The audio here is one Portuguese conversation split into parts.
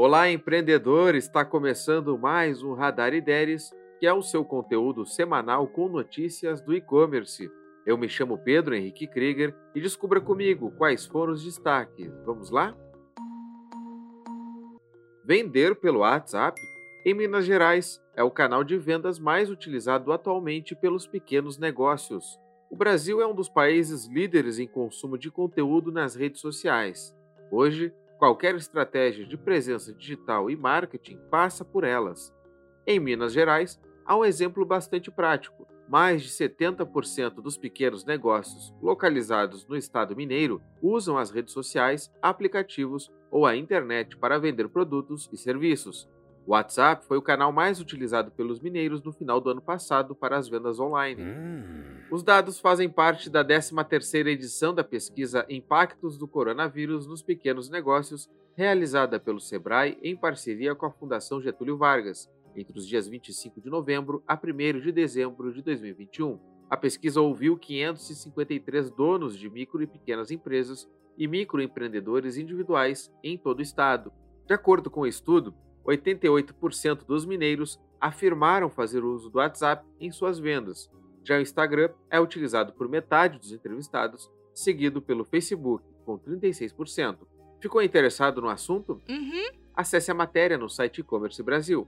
Olá, empreendedor! Está começando mais um Radar Ideias, que é o seu conteúdo semanal com notícias do e-commerce. Eu me chamo Pedro Henrique Krieger e descubra comigo quais foram os destaques. Vamos lá? Vender pelo WhatsApp? Em Minas Gerais, é o canal de vendas mais utilizado atualmente pelos pequenos negócios. O Brasil é um dos países líderes em consumo de conteúdo nas redes sociais. Hoje, qualquer estratégia de presença digital e marketing passa por elas. Em Minas Gerais, há um exemplo bastante prático. Mais de 70% dos pequenos negócios localizados no estado mineiro usam as redes sociais, aplicativos ou a internet para vender produtos e serviços. O WhatsApp foi o canal mais utilizado pelos mineiros no final do ano passado para as vendas online. Os dados fazem parte da 13ª edição da pesquisa Impactos do Coronavírus nos Pequenos Negócios, realizada pelo Sebrae em parceria com a Fundação Getúlio Vargas, entre os dias 25 de novembro a 1º de dezembro de 2021. A pesquisa ouviu 553 donos de micro e pequenas empresas e microempreendedores individuais em todo o estado. De acordo com o estudo, 88% dos mineiros afirmaram fazer uso do WhatsApp em suas vendas. Já o Instagram é utilizado por metade dos entrevistados, seguido pelo Facebook, com 36%. Ficou interessado no assunto? Acesse a matéria no site E-Commerce Brasil.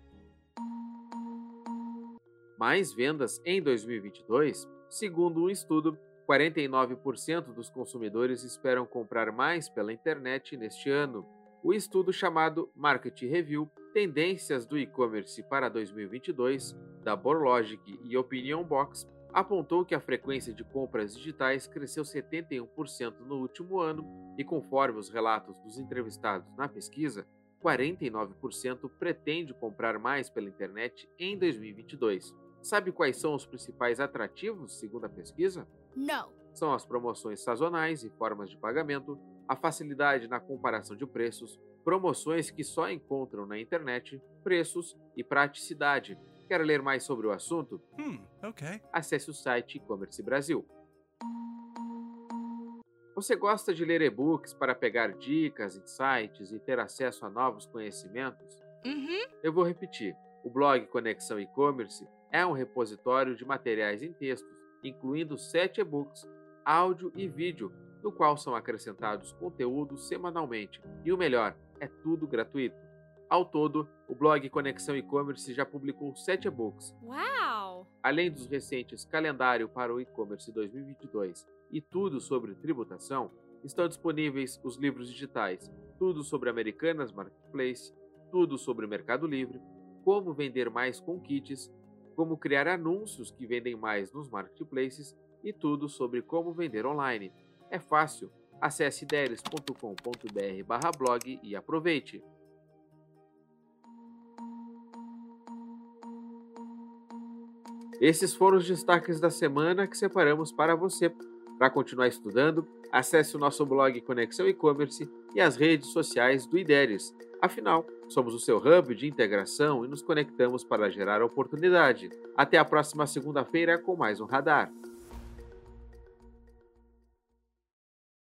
Mais vendas em 2022? Segundo um estudo, 49% dos consumidores esperam comprar mais pela internet neste ano. O estudo chamado Market Review Tendências do E-Commerce para 2022, da Borlogic e Opinion Box, apontou que a frequência de compras digitais cresceu 71% no último ano e, conforme os relatos dos entrevistados na pesquisa, 49% pretende comprar mais pela internet em 2022. Sabe quais são os principais atrativos, segundo a pesquisa? No. São as promoções sazonais e formas de pagamento, a facilidade na comparação de preços, promoções que só encontram na internet, preços e praticidade. Quer ler mais sobre o assunto? Okay. Acesse o site E-Commerce Brasil. Você gosta de ler e-books para pegar dicas, insights e ter acesso a novos conhecimentos? Eu vou repetir. O blog Conexão E-Commerce é um repositório de materiais em textos, incluindo 7 e-books, áudio e vídeo, no qual são acrescentados conteúdos semanalmente. E o melhor, é tudo gratuito. Ao todo, o blog Conexão E-Commerce já publicou 7 e-books. Uau! Além dos recentes Calendário para o E-Commerce 2022 e Tudo sobre Tributação, estão disponíveis os livros digitais Tudo sobre Americanas Marketplace, Tudo sobre Mercado Livre, Como Vender Mais com Kits, Como Criar Anúncios que Vendem Mais nos Marketplaces e Tudo sobre Como Vender Online. É fácil. Acesse ideres.com.br/blog e aproveite. Esses foram os destaques da semana que separamos para você. Para continuar estudando, acesse o nosso blog Conexão E-Commerce e as redes sociais do IDERES. Afinal, somos o seu hub de integração e nos conectamos para gerar oportunidade. Até a próxima segunda-feira com mais um Radar.